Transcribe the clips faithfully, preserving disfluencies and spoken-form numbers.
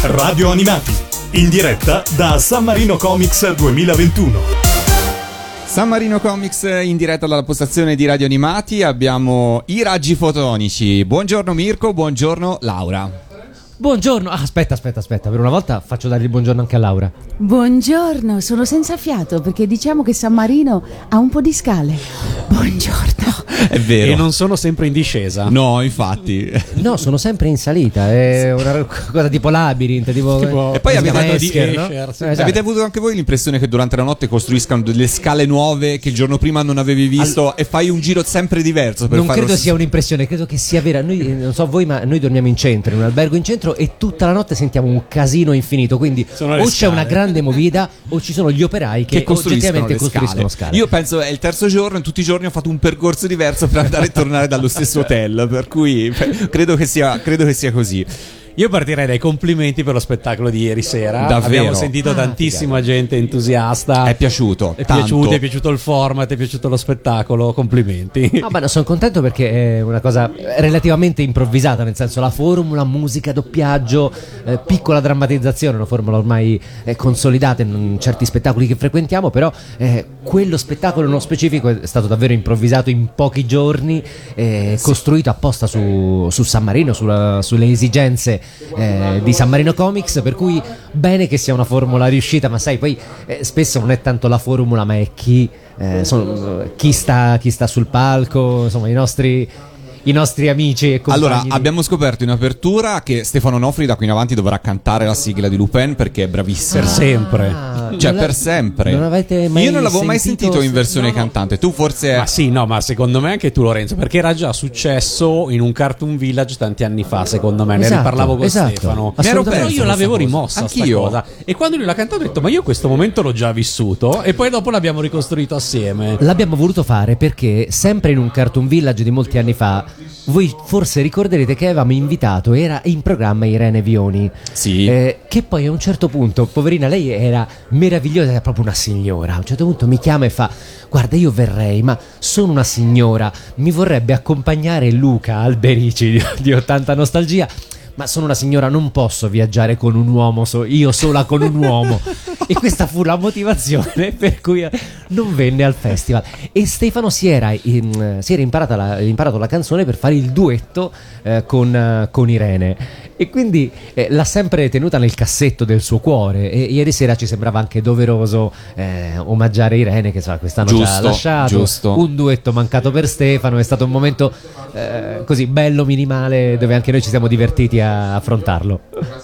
Radio Animati, in diretta da San Marino Comics duemilaventuno. San Marino Comics in diretta dalla postazione di Radio Animati. Abbiamo i raggi fotonici. Buongiorno Mirko, buongiorno Laura. Buongiorno, ah, aspetta, aspetta, aspetta, per una volta faccio dare il buongiorno anche a Laura. Buongiorno, sono senza fiato perché diciamo che San Marino ha un po' di scale. Buongiorno. È vero. E non sono sempre in discesa. No, infatti. No, sono sempre in salita, è una cosa tipo labirinto, tipo, Tipo- E poi avete, Esatto, di Esker, no? Escher, sì. Eh, esatto. avete avuto anche voi l'impressione che durante la notte costruiscano delle scale nuove che il giorno prima non avevi visto e fai un giro sempre diverso per Non fare credo lo sia un'impressione, credo che sia vera. Noi, eh, non so voi, ma noi dormiamo in centro, in un albergo in centro, e tutta la notte sentiamo un casino infinito. Quindi Sono le o c'è scale. una grande movida o ci sono gli operai che, che costruiscono oggettivamente le costruiscono scale. scale. Io penso è il terzo giorno e tutti i giorni ho fatto un percorso diverso per andare e tornare dallo stesso hotel, per cui beh, credo che sia, credo che sia così. Io partirei dai complimenti per lo spettacolo di ieri sera. Davvero? Abbiamo sentito Ah, tantissima gente entusiasta. È piaciuto, È tanto. piaciuto, è piaciuto il format, è piaciuto lo spettacolo. Complimenti. Ah, ma no, sono contento perché è una cosa relativamente improvvisata, nel senso la formula, musica, doppiaggio, eh, piccola drammatizzazione, una formula ormai eh, consolidata in certi spettacoli che frequentiamo, però eh, quello spettacolo nello specifico è stato davvero improvvisato in pochi giorni, eh, costruito apposta su, su San Marino, sulla- sulle esigenze eh, di San Marino Comics, per cui bene che sia una formula riuscita, ma sai, poi eh, spesso non è tanto la formula, ma è chi, eh, sono- chi, sta, chi sta sul palco, insomma i nostri, i nostri amici e compagni. Allora, di- abbiamo scoperto in apertura che Stefano Nofri da qui in avanti dovrà cantare la sigla di Lupin perché è bravissimo. Per sempre. Ah, Cioè, non la- per sempre. Non avete mai Io non l'avevo mai sentito in versione no, no. cantante. Tu forse. Ma sì, no, ma secondo me anche tu, Lorenzo, perché era già successo in un Cartoon Village tanti anni fa, secondo me. Ne Esatto, riparlavo con esatto. Stefano. Assolutamente. Però io l'avevo Questa cosa. rimossa sta Anch'io. cosa. E quando lui l'ha cantato ho detto, ma io questo momento l'ho già vissuto. E poi dopo l'abbiamo ricostruito assieme. L'abbiamo voluto fare perché sempre in un Cartoon Village di molti anni fa, voi forse ricorderete che avevamo invitato, era in programma Irene Vioni. Sì. Eh, che poi a un certo punto, poverina, lei era meravigliosa, era proprio una signora. A un certo punto mi chiama e fa: guarda, io verrei, ma sono una signora, mi vorrebbe accompagnare Luca Alberici di, di ottanta Nostalgia, ma sono una signora, non posso viaggiare con un uomo, so- io sola con un uomo. E questa fu la motivazione per cui non venne al festival. E Stefano si era, in- si era imparata la- imparato la canzone per fare il duetto eh, con, eh, con Irene. E quindi eh, l'ha sempre tenuta nel cassetto del suo cuore. E ieri sera ci sembrava anche doveroso eh, omaggiare Irene, che insomma, quest'anno ci ha Giusto, lasciato. giusto. Un duetto mancato per Stefano. È stato un momento eh, così bello, minimale, dove anche noi ci siamo divertiti a affrontarlo.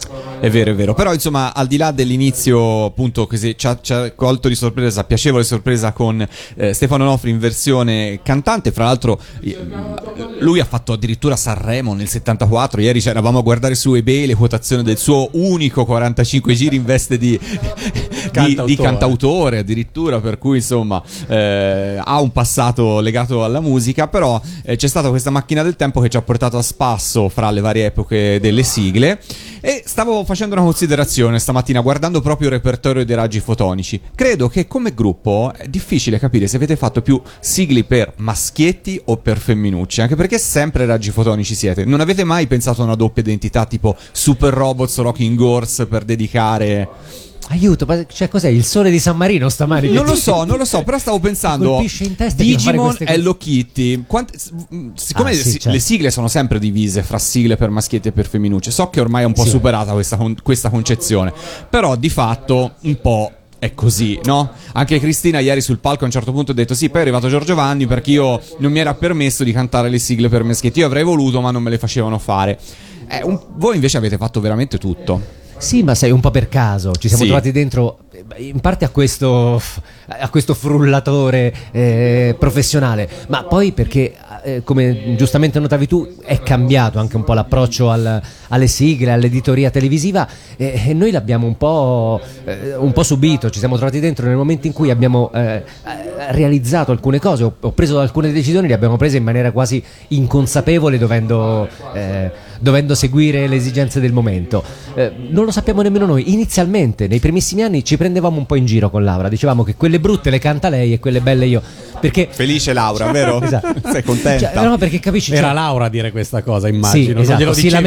È vero, è vero. Però, insomma, al di là dell'inizio, appunto, che si- ci ha, ci ha colto di sorpresa, piacevole sorpresa con eh, Stefano Nofri in versione cantante. Fra l'altro, eh, lui ha fatto addirittura Sanremo nel settantaquattro. Ieri ci eravamo a guardare su eBay le quotazioni del suo unico quarantacinque giri in veste di, di, Cantautore. di cantautore, addirittura. Per cui, insomma, eh, ha un passato legato alla musica. Però eh, c'è stata questa macchina del tempo che ci ha portato a spasso fra le varie epoche delle sigle. E stavo facendo una considerazione stamattina guardando proprio il repertorio dei raggi fotonici. Credo che come gruppo è difficile capire se avete fatto più sigli per maschietti o per femminucci, anche perché sempre raggi fotonici siete. Non avete mai pensato a una doppia identità tipo Super Robots o Rocking Horse per dedicare... Aiuto, ma cioè, cos'è il sole di San Marino stamani? Non lo so, non lo so, però stavo pensando colpisce in testa di fare Digimon queste e cose. Hello Kitty. Quante- s- mh, siccome Ah, le, sì, si- certo. le sigle sono sempre divise fra sigle per maschietti e per femminucce, so che ormai è un po' Sì. superata questa, con- questa concezione, però di fatto un po' è così, no? Anche Cristina ieri sul palco a un certo punto ha detto sì, poi è arrivato Giorgio Vanni perché io non mi era permesso di cantare le sigle per maschietti. Io avrei voluto ma non me le facevano fare. Eh, un- voi invece avete fatto veramente tutto. Sì, ma sai, un po' per caso ci siamo Sì. trovati dentro, eh, in parte a questo, a questo frullatore eh, professionale, ma poi perché, eh, come giustamente notavi tu, è cambiato anche un po' l'approccio al- alle sigle, all'editoria televisiva, eh, e noi l'abbiamo un po', eh, un po' subito. Ci siamo trovati dentro nel momento in cui abbiamo eh, realizzato alcune cose, ho, ho preso alcune decisioni, le abbiamo prese in maniera quasi inconsapevole, dovendo, eh, dovendo seguire le esigenze del momento. Eh, non lo sappiamo nemmeno noi. Inizialmente, nei primissimi anni, ci prendevamo un po' in giro con Laura, dicevamo che quelle brutte le canta lei e quelle belle io, perché Felice Laura, vero? Esatto. Sei contenta? Cioè, no, perché capisci, Era cioè- Laura a dire questa cosa, Sì, immagino. Non esatto, glielo si dicevi lamentava,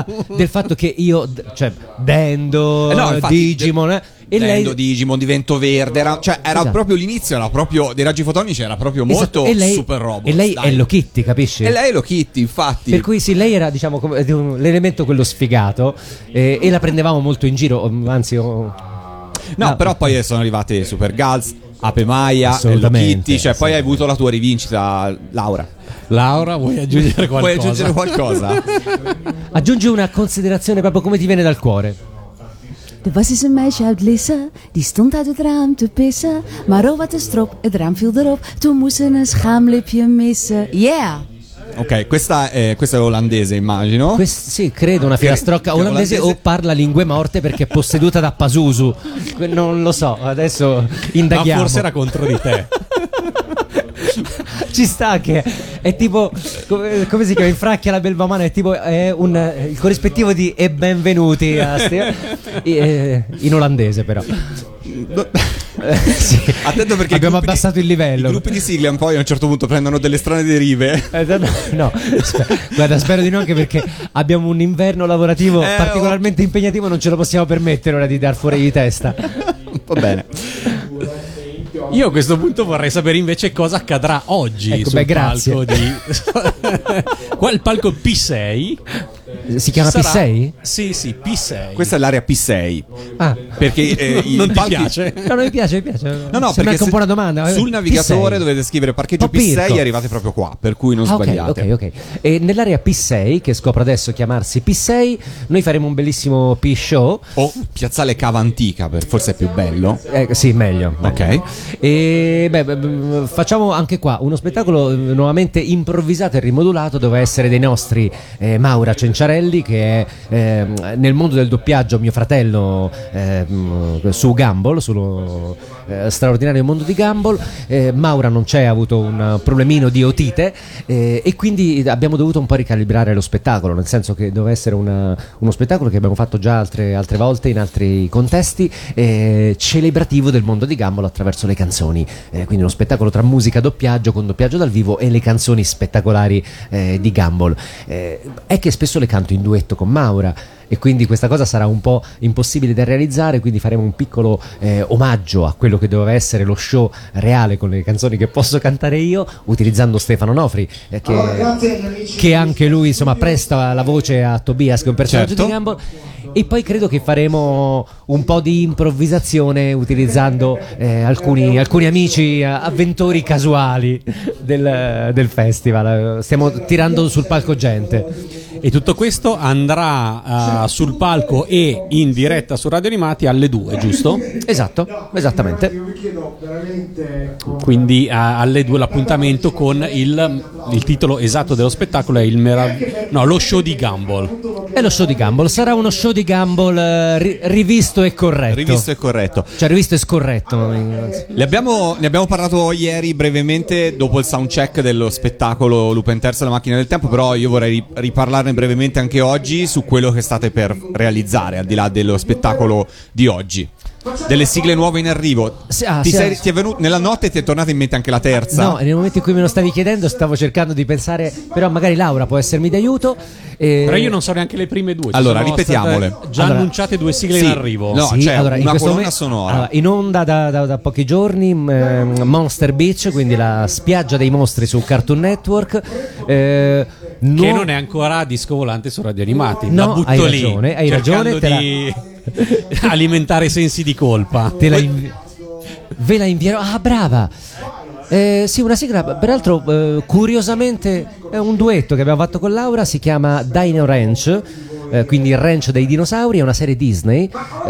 della, del fatto che io, d- cioè, Dendo, Eh no, infatti, Digimon, eh, e Dendo, lei. Digimon, Divento Verde, era, cioè era Esatto. proprio l'inizio, era proprio dei raggi fotonici, era proprio molto Esatto, e lei, super robot. E lei dai. è Hello Kitty, capisci? E lei è Hello Kitty, infatti. Per cui sì, lei era, diciamo, come, di un- l'elemento quello sfigato, eh, e la prendevamo molto in giro, anzi... oh, No, ah, però poi sono arrivate Super Girls, Ape Maia, Hello Assolutamente, Kitty, cioè poi hai avuto la tua rivincita, Laura. Laura, vuoi aggiungere qualcosa? Vuoi aggiungere qualcosa? aggiungi una considerazione proprio come ti viene dal cuore. Er was eens een meisje uit Lisse, die stond uit het raam te pissen. Maar oh wat een strop, het raam viel erop, toen moest ze een schaamlipje missen. Yeah! Ok, questa è, questa è olandese, immagino. Quest- sì, credo una filastrocca che olandese, olandese- o parla lingue morte perché è posseduta da Pazuzu. Que- Non lo so, adesso Ma indaghiamo. forse era contro di te. Ci sta che è tipo come, come si chiama in Fracchia la Belvamana, è tipo è un, il corrispettivo di e benvenuti a sti- eh, in olandese però. Eh, sì. Attento perché abbiamo i gruppi abbassato di, il livello. I gruppi di sigla poi a un certo punto prendono delle strane derive. Eh, no, no, sper- guarda, spero di no, anche perché abbiamo un inverno lavorativo Eh, particolarmente impegnativo, non ce lo possiamo permettere ora di dar fuori di testa. Va bene. Io a questo punto vorrei sapere invece cosa accadrà oggi Ecco, sul beh, grazie. palco di qua il palco P sei. Si chiama sarà- P sei? Sì, sì, P sei. Questa è l'area P sei. Ah. Perché eh, i Non ti palchi- piace? No, non mi piace, mi piace. No, no, Sembra perché anche un se- po' una domanda. sul P navigatore sei. dovete scrivere parcheggio Oh, P sei Pirco. e arrivate proprio qua, per cui non Ah, ok, sbagliate. ok, ok. E nell'area P sei, che scopro adesso chiamarsi P sei, noi faremo un bellissimo P-show. O Piazzale Cava Antica, per- forse è più bello. Eh, sì, meglio. Ok. meglio. E beh, beh, beh, facciamo anche qua uno spettacolo eh, nuovamente improvvisato e rimodulato, dove essere dei nostri eh, Maura Cenciarelli, che è eh, nel mondo del doppiaggio mio fratello eh, mh, su Gumball, sullo eh, straordinario mondo di Gumball. eh, Maura non c'è, ha avuto un problemino di otite, eh, e quindi abbiamo dovuto un po' ricalibrare lo spettacolo, nel senso che doveva essere una- uno spettacolo che abbiamo fatto già altre, altre volte in altri contesti, eh, celebrativo del mondo di Gumball attraverso le canzoni. Eh, quindi uno spettacolo tra musica, doppiaggio, con doppiaggio dal vivo e le canzoni spettacolari eh, di Gumball. Eh, è che spesso le canto in duetto con Maura, e quindi questa cosa sarà un po' impossibile da realizzare, quindi faremo un piccolo eh, omaggio a quello che doveva essere lo show reale con le canzoni che posso cantare io, utilizzando Stefano Nofri, eh, che, che anche lui insomma presta la voce a Tobias, che è un personaggio Certo. di Gumball. E poi credo che faremo un po' di improvvisazione utilizzando eh, alcuni, alcuni amici eh, avventori casuali del, del festival. Stiamo tirando sul palco gente. E tutto questo andrà uh, sul palco e in diretta su Radio Animati alle due, giusto? Esatto, esattamente. Io vi chiedo veramente Quindi uh, alle due l'appuntamento con il, il titolo esatto dello spettacolo è il merav- no, lo show di Gumball. È lo show di Gumball, sarà uno show di Gumball eh, ri- rivisto e corretto. Rivisto e corretto. Cioè rivisto e scorretto. Ne abbiamo, ne abbiamo parlato ieri brevemente dopo il soundcheck dello spettacolo Lupin Terzo e la macchina del tempo, però io vorrei ri- riparlarne brevemente anche oggi su quello che state per realizzare, al di là dello spettacolo di oggi. Delle sigle nuove in arrivo. Sì, ah, ti sì, sei, ah. ti è venuto, nella notte ti è tornata in mente anche la terza? No, nel momento in cui me lo stavi chiedendo stavo cercando di pensare, però magari Laura può essermi d'aiuto. e- Però io non so neanche le prime due. Ci Allora, sono ripetiamole. state già Allora, annunciate due sigle sì, in arrivo. no. Sì, c'è allora, in una questo colonna momento- sonora. allora, in onda da, da- da pochi giorni ehm, Monster Beach, quindi la spiaggia dei mostri su Cartoon Network. eh, Che nu- non è ancora disco volante su Radio Animati. No, la butto hai lì, ragione, hai cercando ragione, te la- di alimentare sensi di colpa. Te la invi- ve la invierò. Ah, brava! Eh, sì, una sigla, peraltro eh, curiosamente è un duetto che abbiamo fatto con Laura, si chiama Dino Ranch, eh, quindi il ranch dei dinosauri, è una serie Disney,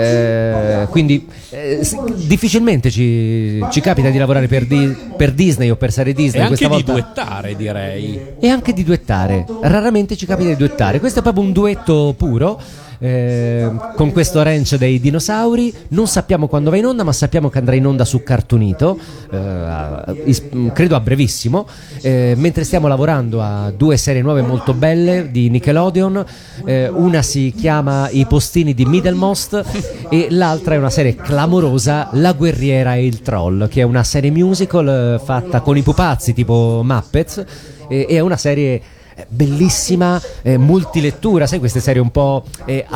eh, quindi eh, sì, difficilmente ci, ci capita di lavorare per, Di- per Disney o per serie E Disney. anche questa di volta duettare, direi. e anche di duettare, raramente ci capita di duettare, questo è proprio un duetto puro. eh, con questo ranch dei dinosauri, non sappiamo quando va in onda, ma sappiamo che andrà in onda su Cartoonito, eh, is- credo a brevissimo, eh, mentre stiamo lavorando a due serie nuove molto belle di Nickelodeon. eh, una si chiama I postini di Middlemost e l'altra è una serie clamorosa, La guerriera e il troll, che è una serie musical eh, fatta con i pupazzi tipo Muppets, e è una serie eh, bellissima, eh, multilettura, sai queste serie un po' eh,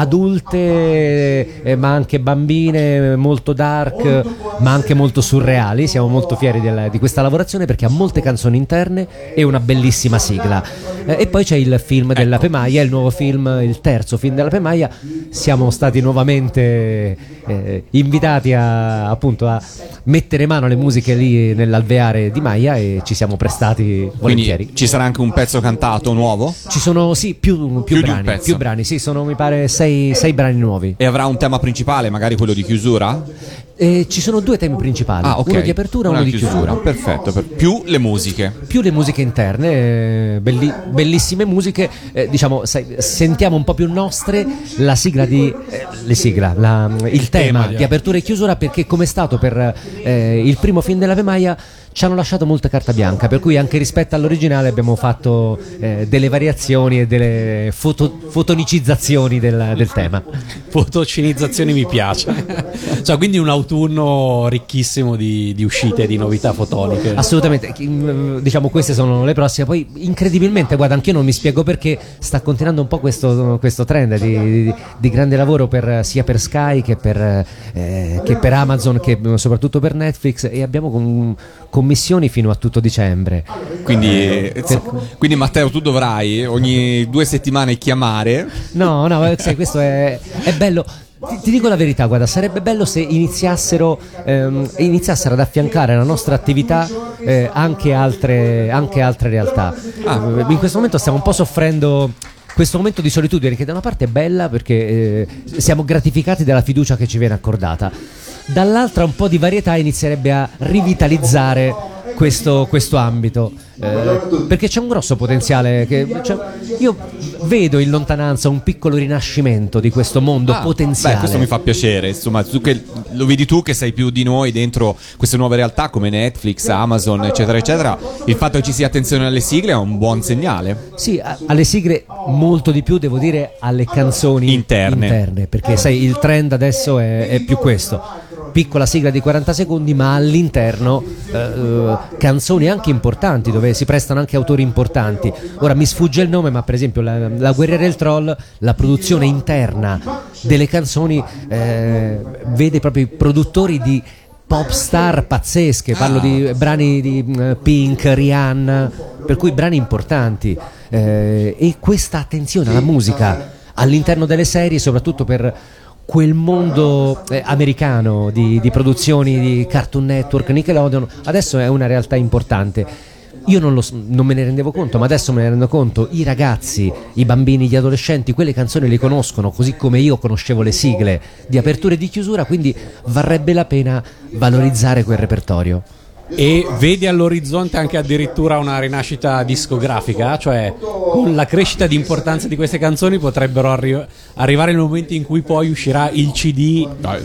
adulte eh, ma anche bambine, molto dark ma anche molto surreali. Siamo molto fieri del, di questa lavorazione perché ha molte canzoni interne e una bellissima sigla. Eh, e poi c'è il film della Pemaia, il nuovo film, il terzo film della Pemaia. Siamo stati nuovamente eh, invitati a, appunto, a mettere mano alle musiche lì nell'alveare di Maia e ci siamo prestati volentieri. Quindi ci sarà anche un pezzo cantato nuovo? Ci sono sì più, più, Più di un brani, pezzo. più brani, sì, sono mi pare sei, sei brani nuovi. E avrà un tema principale, magari quello di chiusura? E ci sono due temi principali, Ah, ok. uno di apertura e Una uno di chiusura. Perfetto, per- più le musiche. Più le musiche interne, eh, belli- bellissime musiche, eh, diciamo, sai, sentiamo un po' più nostre la sigla di eh, le sigla, la- il tema, tema di- di apertura e chiusura, perché come è stato per eh, il primo film dell'Ave Maia ci hanno lasciato molta carta bianca, per cui anche rispetto all'originale abbiamo fatto eh, delle variazioni e delle foto- fotonicizzazioni del, del tema. Fotocinizzazioni mi piace. Cioè, quindi un autunno ricchissimo di, di uscite, di novità fotoniche. Assolutamente, chi- mh, diciamo queste sono le prossime. Poi incredibilmente, guarda, anche io non mi spiego perché sta continuando un po' questo, questo trend di, di- di grande lavoro per, sia per Sky che per, eh, che per Amazon, che soprattutto per Netflix, e abbiamo com- commissioni fino a tutto dicembre. Quindi, Eh, per- quindi Matteo, tu dovrai ogni due settimane chiamare. No, no, eh, sai, questo è, è bello. Ti, ti dico la verità, guarda, sarebbe bello se iniziassero, ehm, iniziassero ad affiancare alla nostra attività eh, anche, altre, anche altre realtà. Eh, in questo momento stiamo un po' soffrendo questo momento di solitudine, che da una parte è bella perché eh, siamo gratificati dalla fiducia che ci viene accordata, dall'altra un po' di varietà inizierebbe a rivitalizzare questo, questo ambito, eh, perché c'è un grosso potenziale che, cioè, io vedo in lontananza un piccolo rinascimento di questo mondo Ah, potenziale. Beh, questo mi fa piacere. Insomma, tu che lo vedi, tu che sei più di noi dentro queste nuove realtà come Netflix, Amazon, eccetera, eccetera. Il fatto che ci sia attenzione alle sigle è un buon segnale. Sì, a- alle sigle molto di più, devo dire, alle canzoni Interne. perché sai, il trend adesso è, è più questo. Piccola sigla di quaranta secondi, ma all'interno eh, canzoni anche importanti, dove si prestano anche autori importanti. Ora mi sfugge il nome, ma per esempio la, la Guerriera del Troll, la produzione interna delle canzoni eh, vede proprio i produttori di pop star pazzesche, parlo Ah. di brani di eh, Pink, Rihanna, per cui brani importanti, eh, e questa attenzione alla musica all'interno delle serie, soprattutto per quel mondo eh, americano di, di produzioni di Cartoon Network, Nickelodeon, adesso è una realtà importante. Io non, lo, s- non me ne rendevo conto, ma adesso me ne rendo conto. I ragazzi, i bambini, gli adolescenti, quelle canzoni le conoscono, così come io conoscevo le sigle di apertura e di chiusura, quindi varrebbe la pena valorizzare quel repertorio. E vedi all'orizzonte anche addirittura una rinascita discografica, cioè con la crescita di importanza di queste canzoni potrebbero arri- arrivare il momento in cui poi uscirà il C D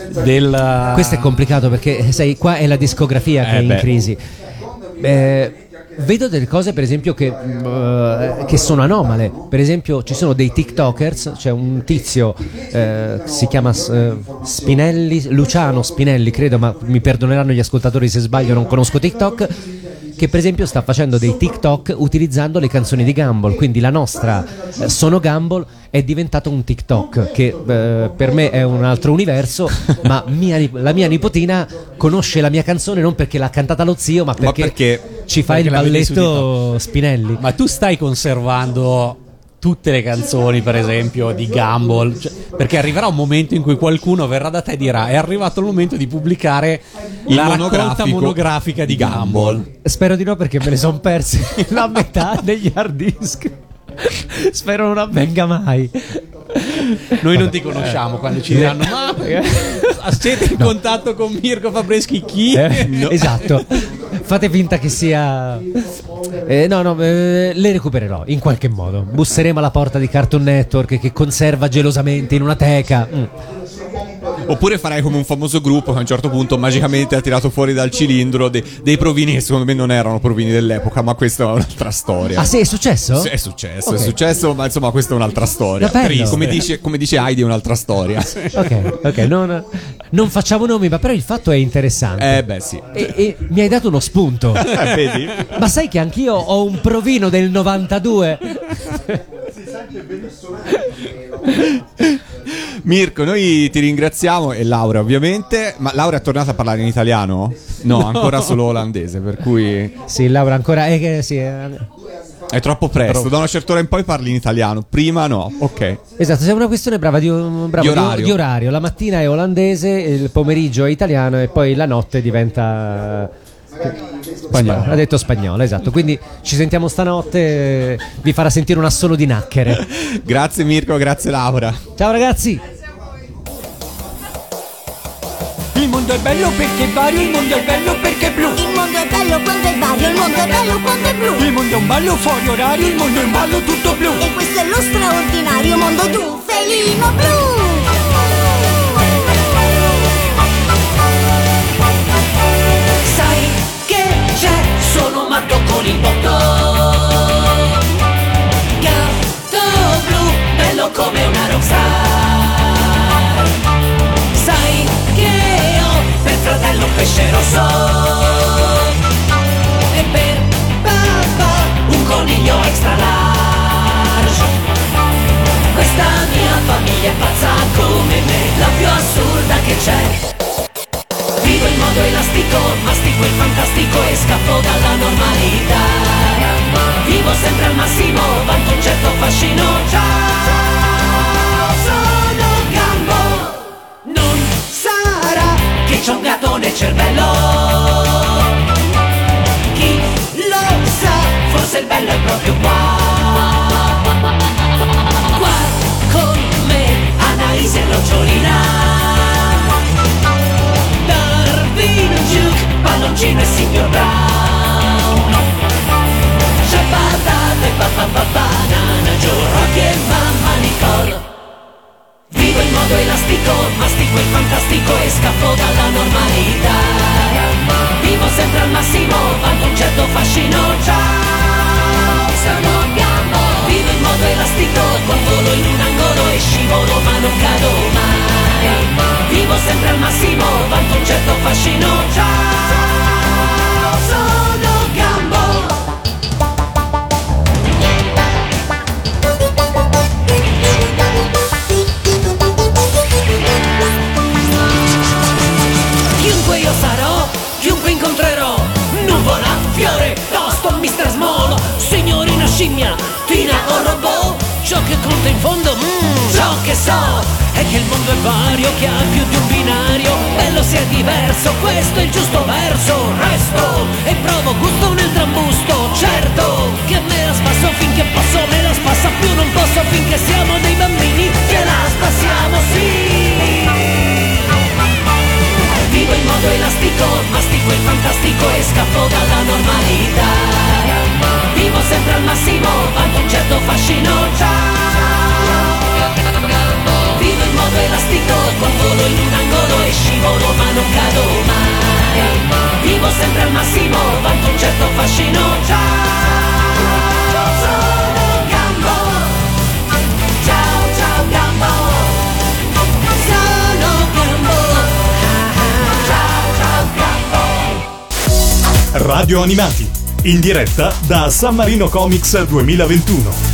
del... Questo è complicato perché sai, qua è la discografia che Eh è in beh. crisi. Eh, vedo delle cose per esempio che, eh, che sono anomale. Per esempio ci sono dei TikTokers, c'è un tizio eh, si chiama eh, Spinelli, Luciano Spinelli credo, ma mi perdoneranno gli ascoltatori se sbaglio, non conosco TikTok, che per esempio sta facendo dei TikTok utilizzando le canzoni di Gumball, quindi la nostra eh, Sono Gumball è diventato un TikTok che eh, per me è un altro universo, ma mia, nip- la mia nipotina conosce la mia canzone non perché l'ha cantata lo zio, ma perché, perché- ci fa perché il la vedi su balletto Spinelli. Ma tu stai conservando tutte le canzoni, per esempio, di Gumball? Cioè, perché arriverà un momento in cui qualcuno verrà da te e dirà: è arrivato il momento di pubblicare Il la raccolta monografico monografica di di Gumball. Spero di no, perché me ne sono persi la metà degli hard disk. Spero non avvenga mai. Noi non ti conosciamo, quando ci diranno: ma siete in contatto con Mirko Fabreschi? Chi? Eh, No. Esatto, fate finta che sia eh, no no eh, le recupererò in qualche modo, busseremo alla porta di Cartoon Network che conserva gelosamente in una teca. Mm. Oppure farai come un famoso gruppo che a un certo punto magicamente ha tirato fuori dal cilindro de- dei provini che secondo me non erano provini dell'epoca, ma questa è un'altra storia. Ah sì, è successo? Sì, è successo, Ok. è successo, ma insomma questa è un'altra storia. Ma bello. Come dice, come dice Heidi è un'altra storia. Ok, ok, non, non facciamo nomi, ma però il fatto è interessante. Eh beh sì. E, e mi hai dato uno spunto. Eh, vedi? Ma sai che anch'io ho un provino del novantadue? Mirko, noi ti ringraziamo e Laura ovviamente. Ma Laura è tornata a parlare in italiano? No, ancora solo olandese, per cui Sì, Laura ancora eh, che- sì, eh, è troppo presto. Da una certa ora in poi parli in italiano. Prima no, ok. esatto, è una questione brava di, bravo, Di orario. di orario. La mattina è olandese, il pomeriggio è italiano e poi la notte diventa spagnolo. Ha detto spagnolo, esatto. Quindi ci sentiamo stanotte, eh, vi farà sentire un assolo di nacchere. Grazie Mirko, grazie Laura. Ciao ragazzi. Il mondo è bello perché è vario, il mondo è bello perché è blu. Il mondo è bello quando è vario, il mondo è bello quando è blu. Il mondo è un ballo fuori orario, il mondo è un ballo tutto blu. E questo è lo straordinario mondo du felino blu. Sai che c'è? Sono matto con il botto. Gatto blu, bello come una rockstar. Sai che ho per fratello un pesce rosso e per papà un coniglio extra large. Questa mia famiglia è pazza come me, la più assurda che c'è. Vivo in modo elastico, mastico il fantastico e scappo dalla normalità. Vivo sempre al massimo, vanto un certo fascino. Ciao, sono Gambo. Non sarà che c'ho un gatto nel cervello. Chi lo sa, forse il bello è proprio qua. Qua con me, Anaïs e Nocciolina. Palloncino e Signor Brown. C'è patate, papà, papà, banana, Joe, Rocky e mamma Nicole. Vivo in modo elastico, mastico il fantastico e scappo dalla normalità. Vivo sempre al massimo, vanto un certo fascino. Ciao, sono Gambo. Vivo in modo elastico, convolo in un angolo e scivolo ma non cado mai. Vivo sempre al massimo, vanto un certo fascino. Ciao, sono Gambo. Chiunque io sarò, chiunque incontrerò, nuvola, fiore, tosto, mister Small, signorina scimmia, Tina o robot. Ciò che conta in fondo, mm, ciò che so, è che il mondo è vario, che ha più di un binario. Bello sia diverso, questo è il giusto verso. Resto e provo gusto nel trambusto. Certo che me la spasso finché posso, me la spassa più non posso finché siamo dei bambini. Ce la spassiamo, sì. Vivo in modo elastico, mastico il fantastico e scappo dalla normalità. Vivo sempre al massimo, vanto un certo fascino. Ciao, vivo in modo elastico, convolo in un angolo e scivolo ma non cado mai. Vivo sempre al massimo, vanto un certo fascino. Ciao, sono Gambo. Ciao, ciao Gambo. Sono Gambo. Ciao, ciao Gambo. Radio Animati, in diretta da San Marino Comics duemilaventuno.